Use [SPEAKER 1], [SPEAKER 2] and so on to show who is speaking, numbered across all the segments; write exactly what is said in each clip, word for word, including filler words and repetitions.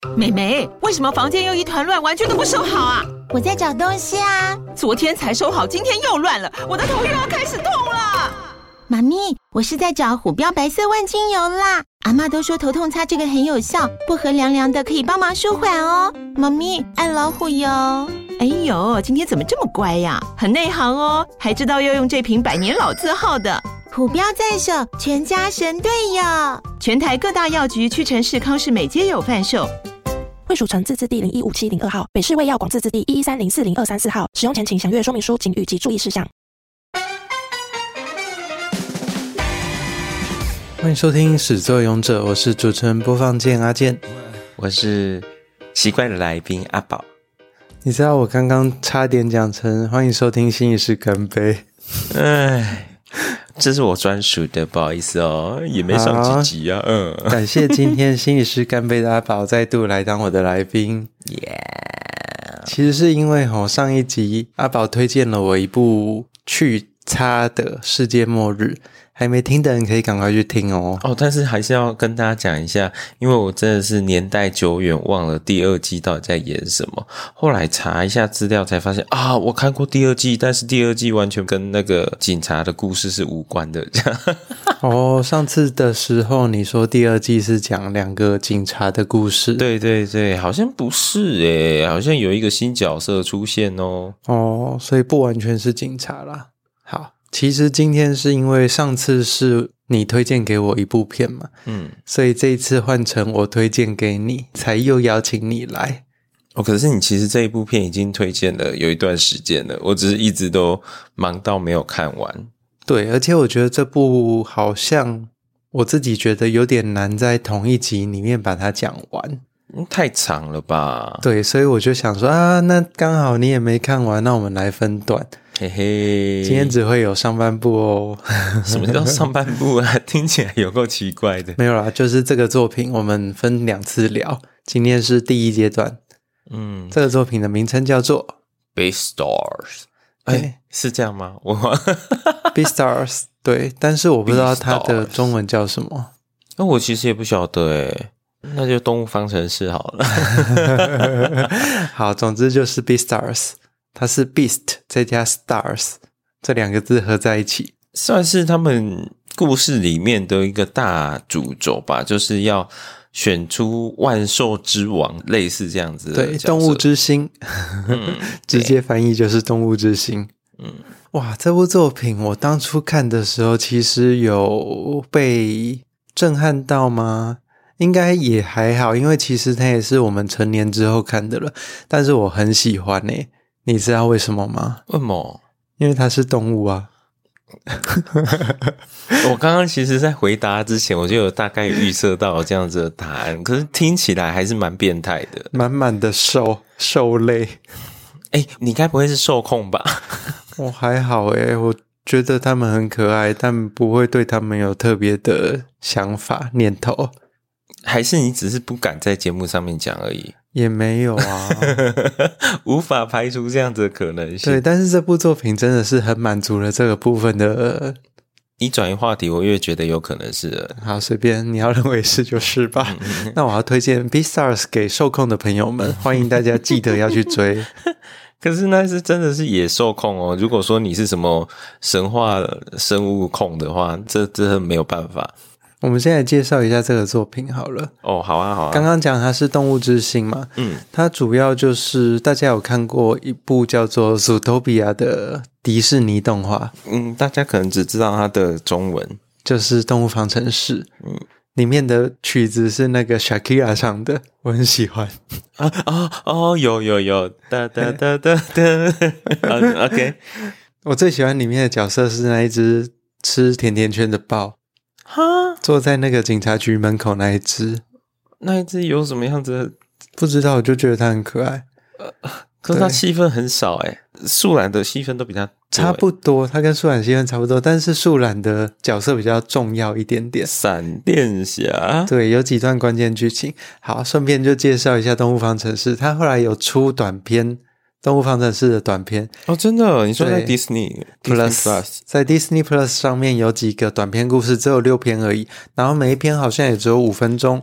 [SPEAKER 1] 妹妹，为什么房间又一团乱，玩具都不收好啊？
[SPEAKER 2] 我在找东西啊。
[SPEAKER 1] 昨天才收好，今天又乱了，我的头又要开始痛了。
[SPEAKER 2] 妈咪，我是在找虎标白色万金油啦。阿嬷都说头痛擦这个很有效，薄荷凉凉的可以帮忙舒缓哦。妈咪，爱老虎油。
[SPEAKER 1] 哎呦，今天怎么这么乖呀？很内行哦，还知道要用这瓶百年老字号的。
[SPEAKER 2] 虎标在手，全家神队友。
[SPEAKER 1] 全台各大药局、屈臣氏、康士美皆有贩售。
[SPEAKER 3] 惠蜀城自治地零一五七零二号，北市卫药广自治地一一三零四零二三四号。使用前请详阅说明书、警语及注意事项。
[SPEAKER 4] 欢迎收听始作俑者，我是主持人播放键阿健，
[SPEAKER 5] 我是奇怪的来宾阿宝。
[SPEAKER 4] 你知道我刚刚差点讲成欢迎收听心理师干杯，
[SPEAKER 5] 哎，这是我专属的，不好意思哦，也没上几集啊。嗯，
[SPEAKER 4] 感谢今天心理师干杯的阿宝再度来当我的来宾。
[SPEAKER 5] 耶、yeah ，
[SPEAKER 4] 其实是因为吼上一集阿宝推荐了我一部去擦的世界末日。还没听的人可以赶快去听哦。
[SPEAKER 5] 哦，但是还是要跟大家讲一下，因为我真的是年代久远，忘了第二季到底在演什么。后来查一下资料才发现啊，我看过第二季，但是第二季完全跟那个警察的故事是无关的。这样
[SPEAKER 4] 哦，上次的时候你说第二季是讲两个警察的故事。
[SPEAKER 5] 对对对，好像不是耶，好像有一个新角色出现哦。
[SPEAKER 4] 哦，所以不完全是警察啦。好。其实今天是因为上次是你推荐给我一部片嘛，嗯，所以这一次换成我推荐给你，才又邀请你来。
[SPEAKER 5] 哦，可是你其实这一部片已经推荐了有一段时间了，我只是一直都忙到没有看完。
[SPEAKER 4] 对，而且我觉得这部好像我自己觉得有点难在同一集里面把它讲完。
[SPEAKER 5] 嗯，太长了吧？
[SPEAKER 4] 对，所以我就想说啊，那刚好你也没看完，那我们来分段。
[SPEAKER 5] 嘿嘿，
[SPEAKER 4] 今天只会有上半部哦。
[SPEAKER 5] 什么叫上半部啊？听起来有够奇怪的。
[SPEAKER 4] 没有啦，就是这个作品我们分两次聊，今天是第一阶段。嗯，这个作品的名称叫做
[SPEAKER 5] Beastars。哎，是这样吗？我
[SPEAKER 4] Beastars 对，但是我不知道它的中文叫什么。
[SPEAKER 5] 那我其实也不晓得诶。那就动物方程式好了。
[SPEAKER 4] 好，总之就是 Beastars， 它是 Beast 再加 Stars 这两个字合在一起，
[SPEAKER 5] 算是他们故事里面的一个大主轴吧，就是要选出万兽之王，类似这样子的
[SPEAKER 4] 对，动物之星。嗯、直接翻译就是动物之星。嗯，哇，这部作品我当初看的时候其实有被震撼到吗？应该也还好，因为其实它也是我们成年之后看的了，但是我很喜欢耶，你知道为什么吗？
[SPEAKER 5] 为什么？
[SPEAKER 4] 因为它是动物啊。
[SPEAKER 5] 我刚刚其实在回答之前我就有大概预测到这样子的答案，可是听起来还是蛮变态的，
[SPEAKER 4] 满满的兽兽类。
[SPEAKER 5] 诶，你该不会是受控吧？
[SPEAKER 4] 我还好耶，我觉得他们很可爱，但不会对他们有特别的想法念头。
[SPEAKER 5] 还是你只是不敢在节目上面讲而已？
[SPEAKER 4] 也没有啊。
[SPEAKER 5] 无法排除这样子的可能性。
[SPEAKER 4] 对，但是这部作品真的是很满足了这个部分的。
[SPEAKER 5] 你转移话题我越觉得有可能是了。
[SPEAKER 4] 好，随便你要认为是就是吧。嗯、那我要推荐 Beastars 给受控的朋友们，欢迎大家记得要去追。
[SPEAKER 5] 可是那是真的是野兽控哦，如果说你是什么神话生物控的话，这这没有办法。
[SPEAKER 4] 我们现在介绍一下这个作品好了。
[SPEAKER 5] 哦，好啊好啊。
[SPEAKER 4] 刚刚讲它是动物之星嘛，嗯，它主要就是大家有看过一部叫做 Zootopia 的迪士尼动画。
[SPEAKER 5] 嗯，大家可能只知道它的中文
[SPEAKER 4] 就是动物方程式。嗯，里面的曲子是那个 Shakira 唱的，我很喜欢。
[SPEAKER 5] 啊哦哦，有有有，哒哒哒哒哒。OK，
[SPEAKER 4] 我最喜欢里面的角色是那一只吃甜甜圈的豹。哈，坐在那个警察局门口那一只，
[SPEAKER 5] 那一只有什么样子的？
[SPEAKER 4] 不知道，我就觉得它很可爱。
[SPEAKER 5] 呃，可是它戏份很少诶，树懒的戏份都比较
[SPEAKER 4] 差不多，它跟树懒戏份差不多，但是树懒的角色比较重要一点点。
[SPEAKER 5] 闪电侠，
[SPEAKER 4] 对，有几段关键剧情。好，顺便就介绍一下动物方程式，它后来有出短片。动物方程式的短片
[SPEAKER 5] 哦，真的？你说在 Disney Plus，
[SPEAKER 4] Plus 在 Disney Plus 上面有几个短片故事，只有六篇而已，然后每一篇好像也只有五分钟，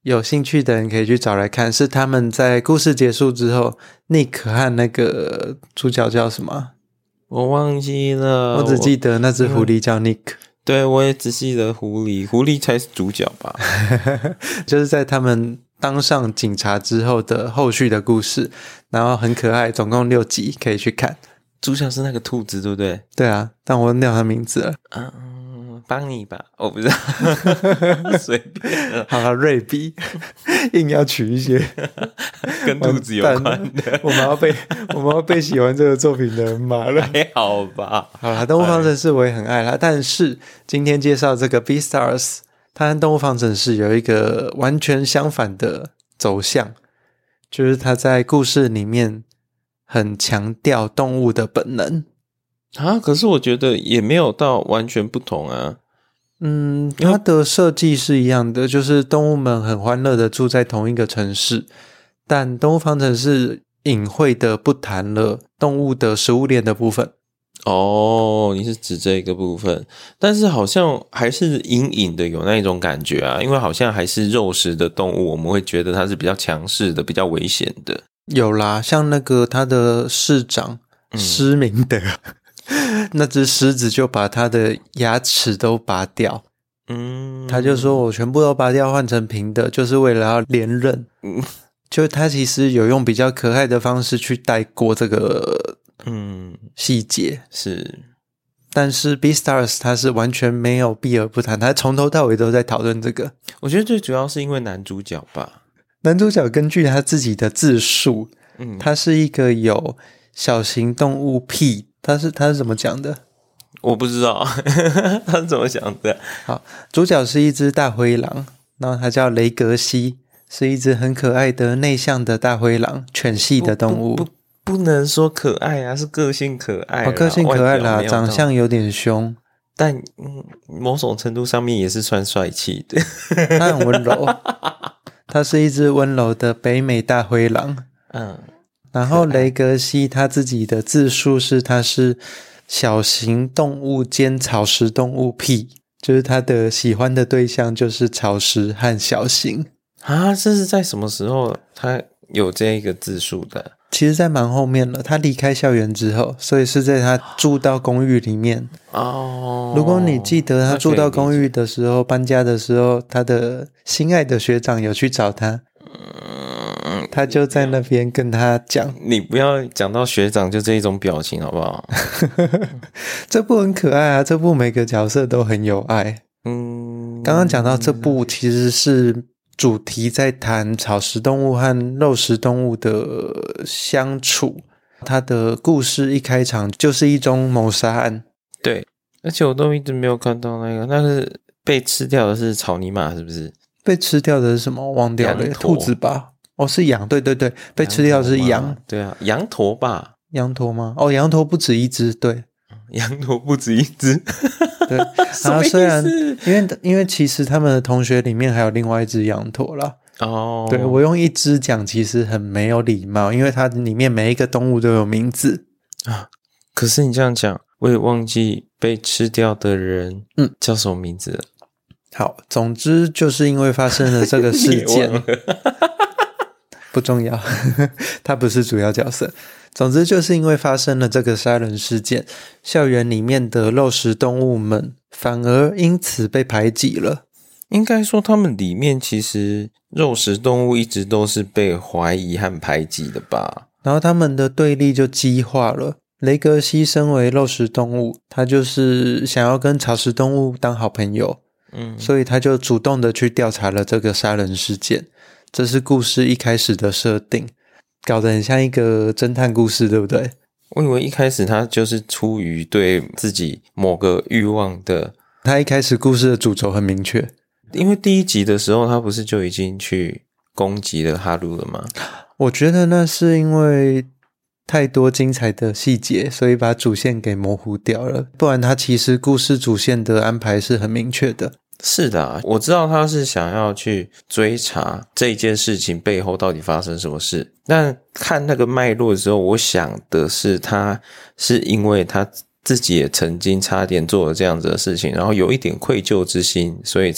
[SPEAKER 4] 有兴趣的人可以去找来看，是他们在故事结束之后 Nick 和那个主角叫什么
[SPEAKER 5] 我忘记了，
[SPEAKER 4] 我只记得那只狐狸叫 Nick。
[SPEAKER 5] 对，我也只记得狐狸，狐狸才是主角吧。
[SPEAKER 4] 就是在他们当上警察之后的后续的故事，然后很可爱，总共六集可以去看。
[SPEAKER 5] 主角是那个兔子对不对？
[SPEAKER 4] 对啊，但我忘掉他名字了。
[SPEAKER 5] 嗯，邦尼吧，我不知道。随便了。
[SPEAKER 4] 好了，瑞比硬要取一些
[SPEAKER 5] 跟兔子有关的，
[SPEAKER 4] 我们要被我们要被喜欢这个作品的人骂了。
[SPEAKER 5] 还好吧。
[SPEAKER 4] 好啦，动物方程式我也很爱啦，但是今天介绍这个 Beastars， 它和动物方程式有一个完全相反的走向，就是它在故事里面很强调动物的本能
[SPEAKER 5] 啊。可是我觉得也没有到完全不同啊。
[SPEAKER 4] 嗯，它的设计是一样的，就是动物们很欢乐的住在同一个城市，但动物方程式隐晦的不谈了动物的食物链的部分。
[SPEAKER 5] 哦，你是指这个部分，但是好像还是隐隐的有那一种感觉啊，因为好像还是肉食的动物，我们会觉得它是比较强势的，比较危险的。
[SPEAKER 4] 有啦，像那个他的市长施明德、嗯、那只狮子就把他的牙齿都拔掉，嗯，他就说我全部都拔掉换成平的，就是为了要连任。嗯，就他其实有用比较可爱的方式去带过这个嗯细节，
[SPEAKER 5] 是。
[SPEAKER 4] 但是 Beastars 他是完全没有避而不谈，他从头到尾都在讨论这个。
[SPEAKER 5] 我觉得最主要是因为男主角吧，
[SPEAKER 4] 男主角根据他自己的自述，嗯，他是一个有小型动物癖，他是他是怎么讲的？
[SPEAKER 5] 我不知道他是怎么想的。
[SPEAKER 4] 好，主角是一只大灰狼，然后他叫雷格西，是一只很可爱的内向的大灰狼，犬系的动物。
[SPEAKER 5] 不不 不, 不能说可爱啊，是个性可爱啦、
[SPEAKER 4] 哦、个性可爱啦，长相有点凶，
[SPEAKER 5] 但、嗯、某种程度上面也是算帅气的。
[SPEAKER 4] 他很温柔，他是一只温柔的北美大灰狼。嗯，然后雷格西他自己的自述是他是小型动物兼草食动物癖，就是他的喜欢的对象就是草食和小型
[SPEAKER 5] 啊。这是在什么时候他有这一个自述的？
[SPEAKER 4] 其实在蛮后面了，他离开校园之后，所以是在他住到公寓里面。哦，如果你记得他住到公寓的时候，搬家的时候，他的心爱的学长有去找他，嗯，他就在那边跟他讲。
[SPEAKER 5] 你不要讲到学长就这一种表情好不好？
[SPEAKER 4] 这部很可爱啊，这部每个角色都很有爱。嗯，刚刚讲到这部其实是主题在谈草食动物和肉食动物的相处，它的故事一开场就是一宗谋杀案。
[SPEAKER 5] 对，而且我都一直没有看到那个，那是被吃掉的是草泥马是不是？
[SPEAKER 4] 被吃掉的是什么？我忘掉了，兔子吧？哦，是羊，对对对，被吃掉的是羊。
[SPEAKER 5] 对啊，羊驼吧？
[SPEAKER 4] 羊驼吗？哦，羊驼不止一只，对，
[SPEAKER 5] 羊驼不止一只。
[SPEAKER 4] 对，然后虽然因为因为其实他们的同学里面还有另外一只羊驼啦。哦，对，我用一只讲其实很没有礼貌，因为它里面每一个动物都有名字
[SPEAKER 5] 啊。可是你这样讲，我也忘记被吃掉的人，嗯，叫什么名字了？
[SPEAKER 4] 好，总之就是因为发生了这个事件，不重要，他不是主要角色。总之就是因为发生了这个杀人事件，校园里面的肉食动物们反而因此被排挤了。
[SPEAKER 5] 应该说他们里面其实肉食动物一直都是被怀疑和排挤的吧。
[SPEAKER 4] 然后他们的对立就激化了。雷格西身为肉食动物，他就是想要跟草食动物当好朋友，嗯，所以他就主动的去调查了这个杀人事件。这是故事一开始的设定。搞得很像一个侦探故事，对不对？
[SPEAKER 5] 我以为一开始他就是出于对自己某个欲望的。
[SPEAKER 4] 他一开始故事的主轴很明确，
[SPEAKER 5] 因为第一集的时候他不是就已经去攻击了哈鲁了吗？
[SPEAKER 4] 我觉得那是因为太多精彩的细节，所以把主线给模糊掉了，不然他其实故事主线的安排是很明确的。
[SPEAKER 5] 是的啊，我知道他是想要去追查这件事情背后到底发生什么事，但看那个脉络的时候，我想的是他是因为他自己也曾经差点做了这样子的事情，然后有一点愧疚之心，所以才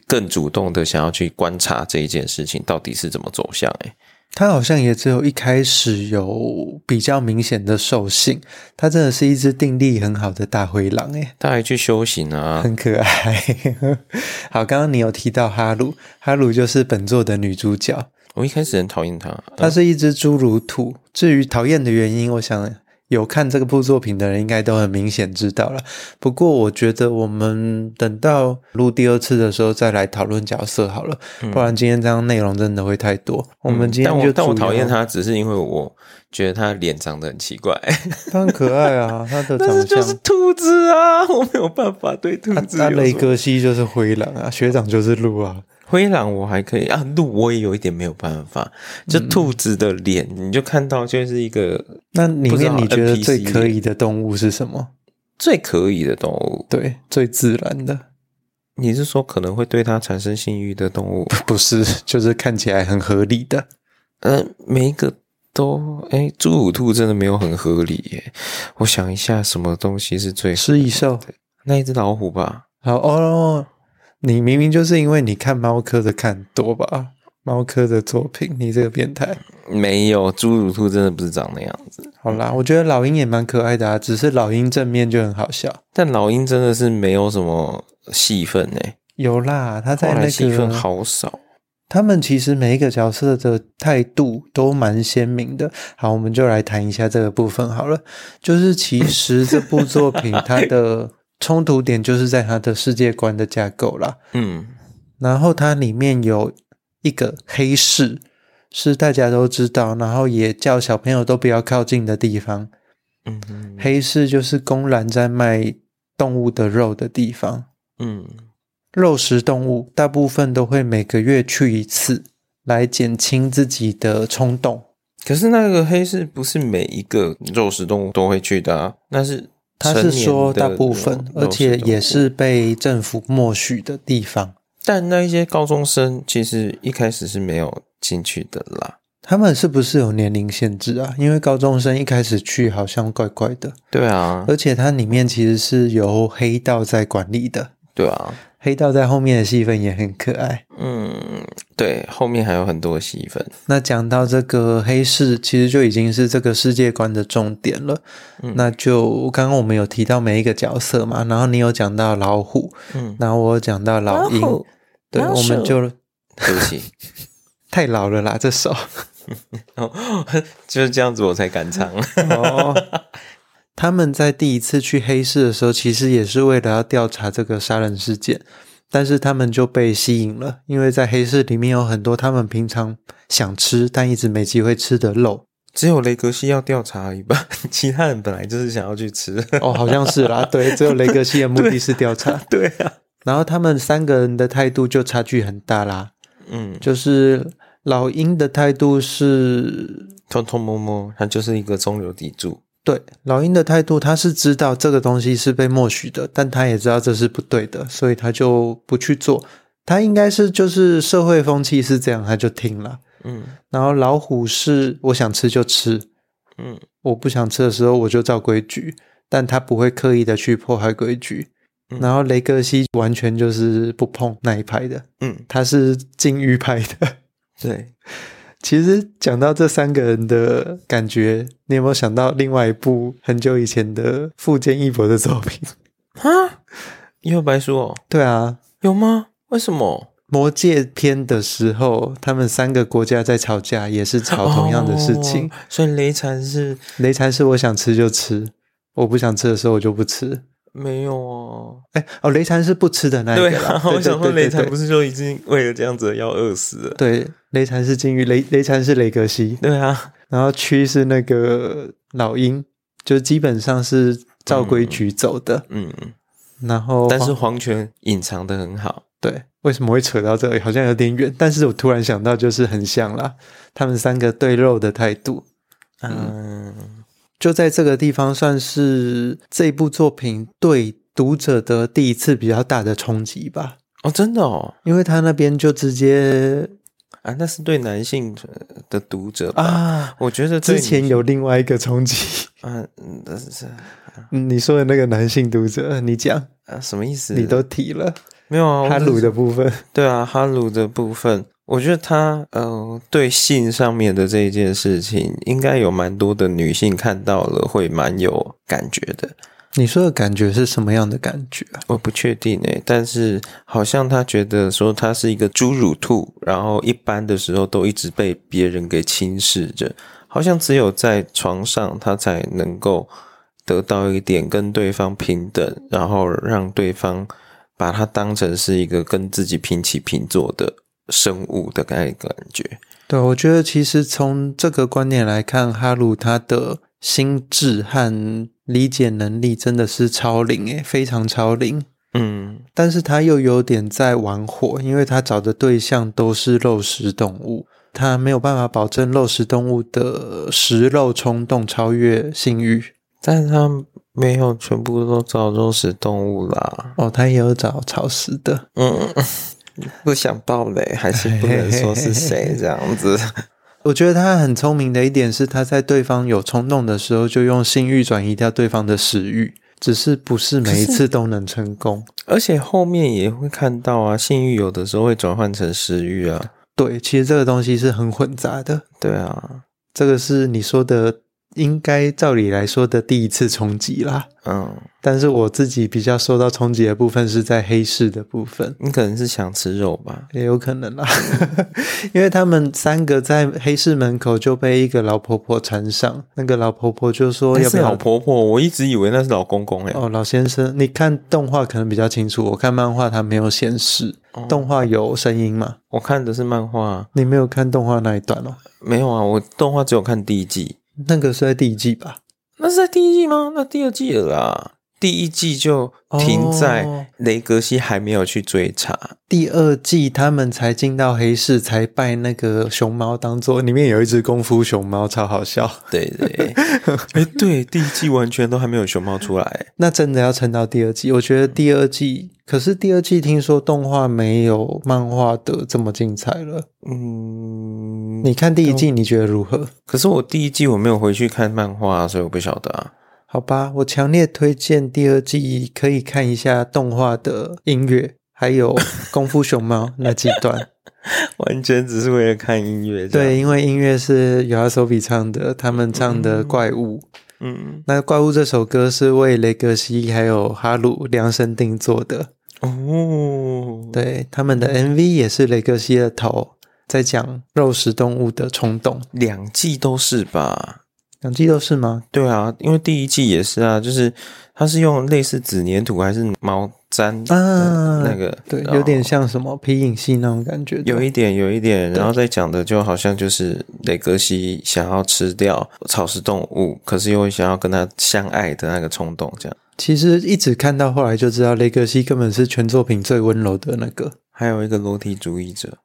[SPEAKER 5] 更主动的想要去观察这一件事情到底是怎么走向诶。
[SPEAKER 4] 他好像也只有一开始有比较明显的兽性，他真的是一只定力很好的大灰狼诶，
[SPEAKER 5] 他还去修行啊，
[SPEAKER 4] 很可爱。好，刚刚你有提到哈鲁，哈鲁就是本作的女主角。
[SPEAKER 5] 我一开始很讨厌她，
[SPEAKER 4] 她是一只侏儒兔。至于讨厌的原因，我想有看这个部作品的人应该都很明显知道了。不过我觉得我们等到录第二次的时候再来讨论角色好了，嗯、不然今天这样内容真的会太多。嗯、我们今天就
[SPEAKER 5] 但我但我讨厌她，只是因为我觉得她脸长得很奇怪。
[SPEAKER 4] 她很可爱啊，她的长相。但是
[SPEAKER 5] 就是兔子啊，我没有办法对兔子有。
[SPEAKER 4] 啊，雷格西就是灰狼啊，学长就是鹿啊。
[SPEAKER 5] 灰狼我还可以啊，鹿我也有一点没有办法，就兔子的脸、嗯、你就看到就是一个。
[SPEAKER 4] 那里面你觉得最可以的动物是什么？
[SPEAKER 5] 最可以的动物？
[SPEAKER 4] 对，最自然的。
[SPEAKER 5] 你是说可能会对它产生性欲的动物？
[SPEAKER 4] 不是，就是看起来很合理的。
[SPEAKER 5] 呃，每一个都，诶侏儒兔真的没有很合理耶。我想一下什么东西是最合理的？
[SPEAKER 4] 食蚁兽？
[SPEAKER 5] 那一只老虎吧。
[SPEAKER 4] 好哦。你明明就是因为你看猫科的看多吧，猫科的作品，你这个变态。
[SPEAKER 5] 没有，侏儒兔真的不是长那样子。
[SPEAKER 4] 好啦，我觉得老鹰也蛮可爱的啊，只是老鹰正面就很好笑。
[SPEAKER 5] 但老鹰真的是没有什么戏份诶。
[SPEAKER 4] 有啦，他在那个
[SPEAKER 5] 戏份好少。
[SPEAKER 4] 他们其实每一个角色的态度都蛮鲜明的。好，我们就来谈一下这个部分好了。就是其实这部作品它的冲突点就是在它的世界观的架构啦，嗯，然后它里面有一个黑市，是大家都知道，然后也叫小朋友都不要靠近的地方，嗯哼，黑市就是公然在卖动物的肉的地方，嗯，肉食动物大部分都会每个月去一次，来减轻自己的冲动。
[SPEAKER 5] 可是那个黑市不是每一个肉食动物都会去的啊，那是
[SPEAKER 4] 他是说大部分，而且也是被政府默许的地方。
[SPEAKER 5] 但那一些高中生其实一开始是没有进去的啦。
[SPEAKER 4] 他们是不是有年龄限制啊？因为高中生一开始去好像怪怪的。
[SPEAKER 5] 对啊，
[SPEAKER 4] 而且它里面其实是由黑道在管理的。
[SPEAKER 5] 对啊，
[SPEAKER 4] 黑道在后面的戏份也很可爱。
[SPEAKER 5] 嗯，对，后面还有很多戏份。
[SPEAKER 4] 那讲到这个黑市，其实就已经是这个世界观的重点了。嗯、那就刚刚我们有提到每一个角色嘛，然后你有讲到老虎，嗯，然后我有讲到老鹰，老对，老我们就
[SPEAKER 5] 对不起，
[SPEAKER 4] 太老了啦，这首
[SPEAKER 5] 就是这样子我才敢唱。
[SPEAKER 4] 哦他们在第一次去黑市的时候，其实也是为了要调查这个杀人事件，但是他们就被吸引了，因为在黑市里面有很多他们平常想吃但一直没机会吃的肉。
[SPEAKER 5] 只有雷格西要调查而已吧，其他人本来就是想要去吃。
[SPEAKER 4] 哦，好像是啦，对，只有雷格西的目的是调查。
[SPEAKER 5] 对啊，
[SPEAKER 4] 然后他们三个人的态度就差距很大啦。嗯，就是老鹰的态度是
[SPEAKER 5] 偷偷摸摸，他就是一个中流砥柱。
[SPEAKER 4] 对，老鹰的态度，他是知道这个东西是被默许的，但他也知道这是不对的，所以他就不去做。他应该是就是社会风气是这样，他就听了。嗯，然后老虎是我想吃就吃，嗯，我不想吃的时候我就照规矩，但他不会刻意的去破坏规矩。嗯、然后雷格西完全就是不碰那一派的，嗯，他是禁欲派的。
[SPEAKER 5] 对。
[SPEAKER 4] 其实讲到这三个人的感觉，你有没有想到另外一部很久以前的富坚义博的作品？
[SPEAKER 5] 哈，幽游白书哦？
[SPEAKER 4] 对啊，
[SPEAKER 5] 有吗？为什么？
[SPEAKER 4] 魔戒篇的时候，他们三个国家在吵架，也是吵同样的事情。哦、
[SPEAKER 5] 所以雷禅是
[SPEAKER 4] 雷禅是我想吃就吃，我不想吃的时候我就不吃。
[SPEAKER 5] 没有哦，
[SPEAKER 4] 哎哦，雷禅是不吃的那一个啦。
[SPEAKER 5] 对啊，我想说雷禅不是就已经为了这样子要饿死了？
[SPEAKER 4] 对，雷禅是禁欲，雷雷禅是雷格西。
[SPEAKER 5] 对啊，
[SPEAKER 4] 然后区是那个老鹰，就基本上是照规矩走的。嗯，嗯然后
[SPEAKER 5] 但是皇权隐藏得很好。
[SPEAKER 4] 对，为什么会扯到这里？好像有点远，但是我突然想到，就是很像啦，他们三个对肉的态度。嗯。嗯就在这个地方算是这部作品对读者的第一次比较大的冲击吧。
[SPEAKER 5] 哦，真的哦，
[SPEAKER 4] 因为他那边就直接
[SPEAKER 5] 啊，那是对男性的读者吧啊，我觉得
[SPEAKER 4] 之前有另外一个冲击啊，
[SPEAKER 5] 那是
[SPEAKER 4] 你说的那个男性读者，你讲
[SPEAKER 5] 啊，什么意思？
[SPEAKER 4] 你都提了，
[SPEAKER 5] 没有啊，
[SPEAKER 4] 哈鲁的部分，
[SPEAKER 5] 对啊，哈鲁的部分，我觉得他呃对性上面的这一件事情，应该有蛮多的女性看到了会蛮有感觉的。
[SPEAKER 4] 你说的感觉是什么样的感觉啊？
[SPEAKER 5] 我不确定诶，但是好像他觉得说他是一个侏儒兔，然后一般的时候都一直被别人给轻视着，好像只有在床上他才能够得到一点跟对方平等，然后让对方把他当成是一个跟自己平起平坐的生物的感觉。
[SPEAKER 4] 对，我觉得其实从这个观点来看，哈鲁他的心智和理解能力真的是超龄诶，非常超龄。
[SPEAKER 5] 嗯，
[SPEAKER 4] 但是他又有点在玩火，因为他找的对象都是肉食动物，他没有办法保证肉食动物的食肉冲动超越性欲。
[SPEAKER 5] 但是他没有全部都找肉食动物啦。
[SPEAKER 4] 哦，他也有找草食的。
[SPEAKER 5] 嗯，不想爆雷，还是不能说是谁这样子。
[SPEAKER 4] 我觉得他很聪明的一点是，他在对方有冲动的时候，就用性欲转移掉对方的食欲，只是不是每一次都能成功。
[SPEAKER 5] 而且后面也会看到啊，性欲有的时候会转换成食欲啊。
[SPEAKER 4] 对，其实这个东西是很混杂的。
[SPEAKER 5] 对啊，
[SPEAKER 4] 这个是你说的应该照理来说的第一次冲击啦。
[SPEAKER 5] 嗯，
[SPEAKER 4] 但是我自己比较受到冲击的部分是在黑市的部分。
[SPEAKER 5] 你可能是想吃肉吧，
[SPEAKER 4] 也有可能啦。因为他们三个在黑市门口就被一个老婆婆缠上，那个老婆婆就说要不要，
[SPEAKER 5] 是老婆婆，我一直以为那是老公公诶。
[SPEAKER 4] 哦，老先生，你看动画可能比较清楚，我看漫画它没有显示。哦，动画有声音吗？
[SPEAKER 5] 我看的是漫画。
[SPEAKER 4] 你没有看动画那一段哦？
[SPEAKER 5] 没有啊，我动画只有看第一季。
[SPEAKER 4] 那个是在第一季吧？
[SPEAKER 5] 那是在第一季吗？那第二季了啦。第一季就停在雷格西还没有去追查。哦，
[SPEAKER 4] 第二季他们才进到黑市，才拜那个熊猫当做，里面有一只功夫熊猫，超好笑。
[SPEAKER 5] 对对，哎，对，第一季完全都还没有熊猫出来。
[SPEAKER 4] 那真的要撑到第二季，我觉得第二季，可是第二季听说动画没有漫画的这么精彩了。嗯，你看第一季你觉得如何？
[SPEAKER 5] 可是我第一季我没有回去看漫画，所以我不晓得啊。
[SPEAKER 4] 好吧，我强烈推荐第二季可以看一下动画的音乐，还有功夫熊猫那几段。
[SPEAKER 5] 完全只是为了看音乐。
[SPEAKER 4] 对，因为音乐是YOASOBI唱的，他们唱的怪物。嗯，那怪物这首歌是为雷格西还有哈鲁量身定做的。哦，对，他们的 M V 也是雷格西的头，在讲肉食动物的冲动。
[SPEAKER 5] 两季都是吧？
[SPEAKER 4] 两季都是吗？
[SPEAKER 5] 对啊，因为第一季也是啊，就是它是用类似纸黏土还是毛毡啊，那个
[SPEAKER 4] 对，有点像什么皮影戏那种感觉。
[SPEAKER 5] 有一点，有一点，然后再讲的就好像就是雷格西想要吃掉草食动物，可是又想要跟他相爱的那个冲动，这样。
[SPEAKER 4] 其实一直看到后来就知道，雷格西根本是全作品最温柔的那个，
[SPEAKER 5] 还有一个裸体主义者。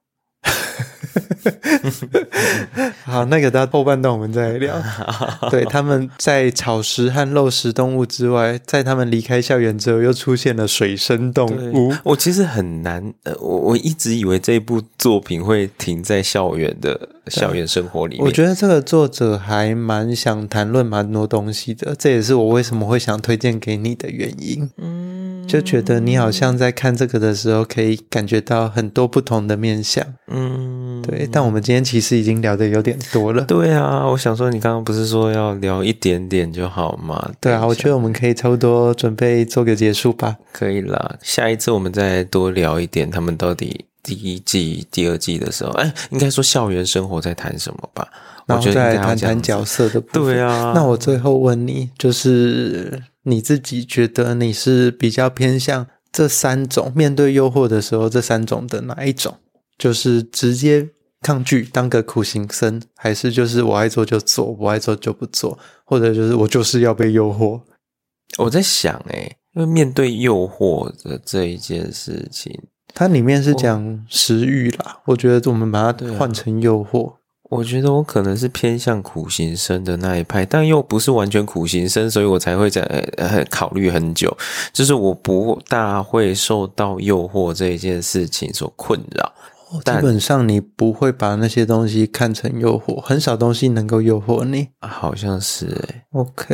[SPEAKER 4] 好，那个到后半段我们再来聊。对，他们在草食和肉食动物之外，在他们离开校园之后又出现了水生动物。
[SPEAKER 5] 我其实很难呃，我我一直以为这部作品会停在校园的校园生活里面。
[SPEAKER 4] 我觉得这个作者还蛮想谈论蛮多东西的，这也是我为什么会想推荐给你的原因。嗯，就觉得你好像在看这个的时候可以感觉到很多不同的面向。嗯，对，但我们今天其实已经聊得有点多了。
[SPEAKER 5] 对啊，我想说你刚刚不是说要聊一点点就好吗？
[SPEAKER 4] 对啊，我觉得我们可以差不多准备做个结束吧。
[SPEAKER 5] 可以啦，下一次我们再多聊一点他们到底第一季第二季的时候，哎，应该说校园生活在谈什么吧，
[SPEAKER 4] 然后再谈谈角色的部分。
[SPEAKER 5] 对啊，
[SPEAKER 4] 那我最后问你，就是你自己觉得你是比较偏向这三种，面对诱惑的时候这三种的哪一种？就是直接抗拒当个苦行僧，还是就是我爱做就做，我爱做就不做，或者就是我就是要被诱惑？
[SPEAKER 5] 我在想欸，因为面对诱惑的这一件事情，
[SPEAKER 4] 它里面是讲食欲啦，我觉得我们把它换成诱惑。
[SPEAKER 5] 我觉得我可能是偏向苦行僧的那一派，但又不是完全苦行僧，所以我才会在呃考虑很久。就是我不大会受到诱惑这一件事情所困扰。
[SPEAKER 4] 哦，基本上你不会把那些东西看成诱惑，很少东西能够诱惑你。
[SPEAKER 5] 啊，好像是欸。
[SPEAKER 4] OK，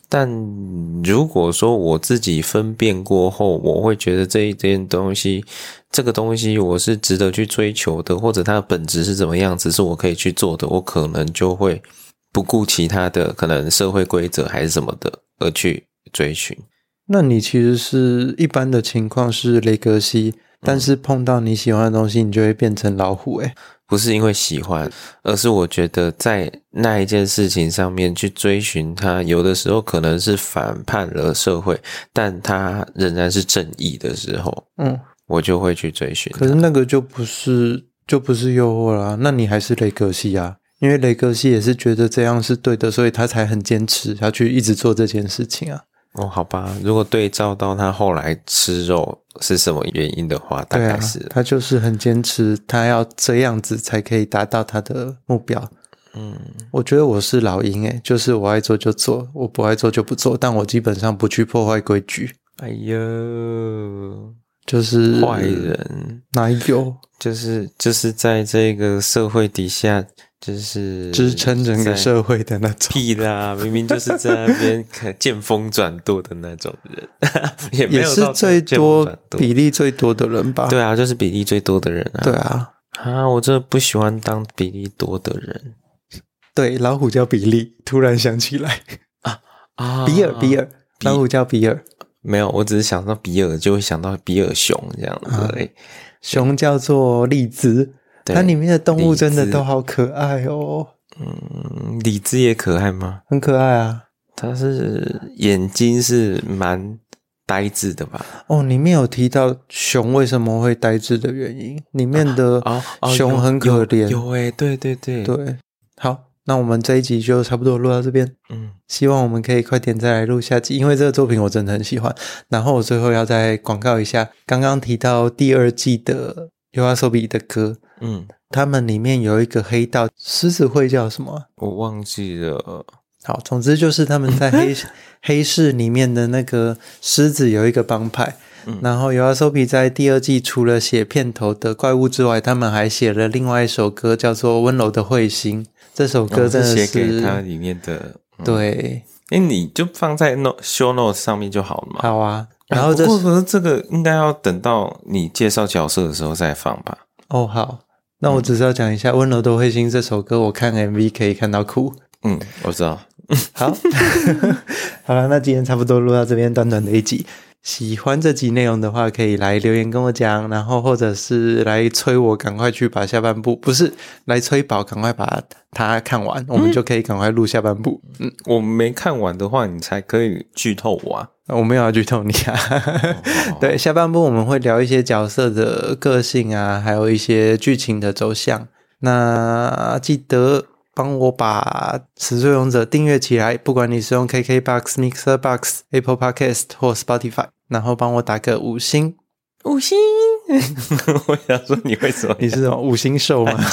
[SPEAKER 5] 但如果说我自己分辨过后，我会觉得这一件东西，这个东西我是值得去追求的，或者它的本质是怎么样子，是我可以去做的，我可能就会不顾其他的可能社会规则还是什么的而去追寻。
[SPEAKER 4] 那你其实是一般的情况是雷格西，但是碰到你喜欢的东西，你就会变成老虎诶、欸
[SPEAKER 5] 不是因为喜欢，而是我觉得在那一件事情上面去追寻它，有的时候可能是反叛了社会，但它仍然是正义的时候，嗯，我就会去追寻它。
[SPEAKER 4] 可是那个就不是就不是诱惑啦，那你还是雷格西啊，因为雷格西也是觉得这样是对的，所以他才很坚持要去一直做这件事情啊。
[SPEAKER 5] 哦，好吧，如果对照到他后来吃肉是什么原因的话，大概是、
[SPEAKER 4] 啊、他就是很坚持，他要这样子才可以达到他的目标。嗯，我觉得我是老鹰诶，就是我爱做就做，我不爱做就不做，但我基本上不去破坏规矩。
[SPEAKER 5] 哎呦，
[SPEAKER 4] 就是
[SPEAKER 5] 坏人
[SPEAKER 4] 哪有？
[SPEAKER 5] 就是就是在这个社会底下。就是
[SPEAKER 4] 支撑整个社会的那种。
[SPEAKER 5] 屁啦，明明就是在那边见风转舵的那种人也没有
[SPEAKER 4] 也是最多比例最多的人吧。
[SPEAKER 5] 对啊，就是比例最多的人啊。
[SPEAKER 4] 对啊，
[SPEAKER 5] 啊，我真的不喜欢当比例多的人。
[SPEAKER 4] 对，老虎叫比利，突然想起来
[SPEAKER 5] 啊啊，
[SPEAKER 4] 比尔比尔，老虎叫比尔。
[SPEAKER 5] 没有，我只是想到比尔就会想到比尔熊这样子而已、啊、
[SPEAKER 4] 熊叫做利兹，它里面的动物真的都好可爱哦。
[SPEAKER 5] 嗯，李子也可爱吗？
[SPEAKER 4] 很可爱啊，
[SPEAKER 5] 它是眼睛是蛮呆滞的吧？
[SPEAKER 4] 哦，里面有提到熊为什么会呆滞的原因，里面的熊很可怜。
[SPEAKER 5] 啊啊、有诶、欸，对对对
[SPEAKER 4] 对。好，那我们这一集就差不多录到这边。嗯，希望我们可以快点再来录下集，因为这个作品我真的很喜欢。然后我最后要再广告一下，刚刚提到第二季的YOASOBI的歌。嗯，他们里面有一个黑道狮子会叫什么？
[SPEAKER 5] 我忘记了。
[SPEAKER 4] 好，总之就是他们在黑黑市里面的那个狮子有一个帮派。嗯、然后YOASOBI在第二季除了写片头的怪物之外，他们还写了另外一首歌叫做《温柔的彗星》。这首歌真的是、
[SPEAKER 5] 哦、是写给他里面的。
[SPEAKER 4] 嗯、对，
[SPEAKER 5] 诶你就放在 no, show notes 上面就好了嘛。
[SPEAKER 4] 好啊。然后这、
[SPEAKER 5] 啊、不过这个应该要等到你介绍角色的时候再放吧。
[SPEAKER 4] 哦，好。那我只是要讲一下《温柔的彗星》这首歌，我看 M V 可以看到哭。
[SPEAKER 5] 嗯，我知道。
[SPEAKER 4] 好，好了，那今天差不多录到这边，短短的一集。喜欢这集内容的话，可以来留言跟我讲，然后或者是来催我赶快去把下半部，不是来催宝赶快把它看完，嗯、我们就可以赶快录下半部。
[SPEAKER 5] 嗯，我没看完的话，你才可以剧透我啊。
[SPEAKER 4] 我没有要剧透你啊。哦、对，下半部我们会聊一些角色的个性啊，还有一些剧情的走向。那记得帮我把始作俑者订阅起来，不管你是用 K K B O X、Mixer Box、Apple Podcast 或 Spotify， 然后帮我打个五星。
[SPEAKER 5] 五星。我想说你为什么
[SPEAKER 4] 你是什么五星兽吗？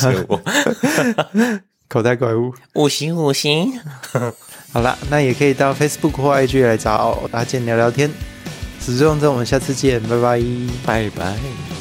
[SPEAKER 4] 口袋怪物。
[SPEAKER 5] 五星五星。
[SPEAKER 4] 好啦，那也可以到 Facebook 或 I G 来找阿健聊聊天。始作俑者，我们下次见，拜拜，
[SPEAKER 5] 拜拜。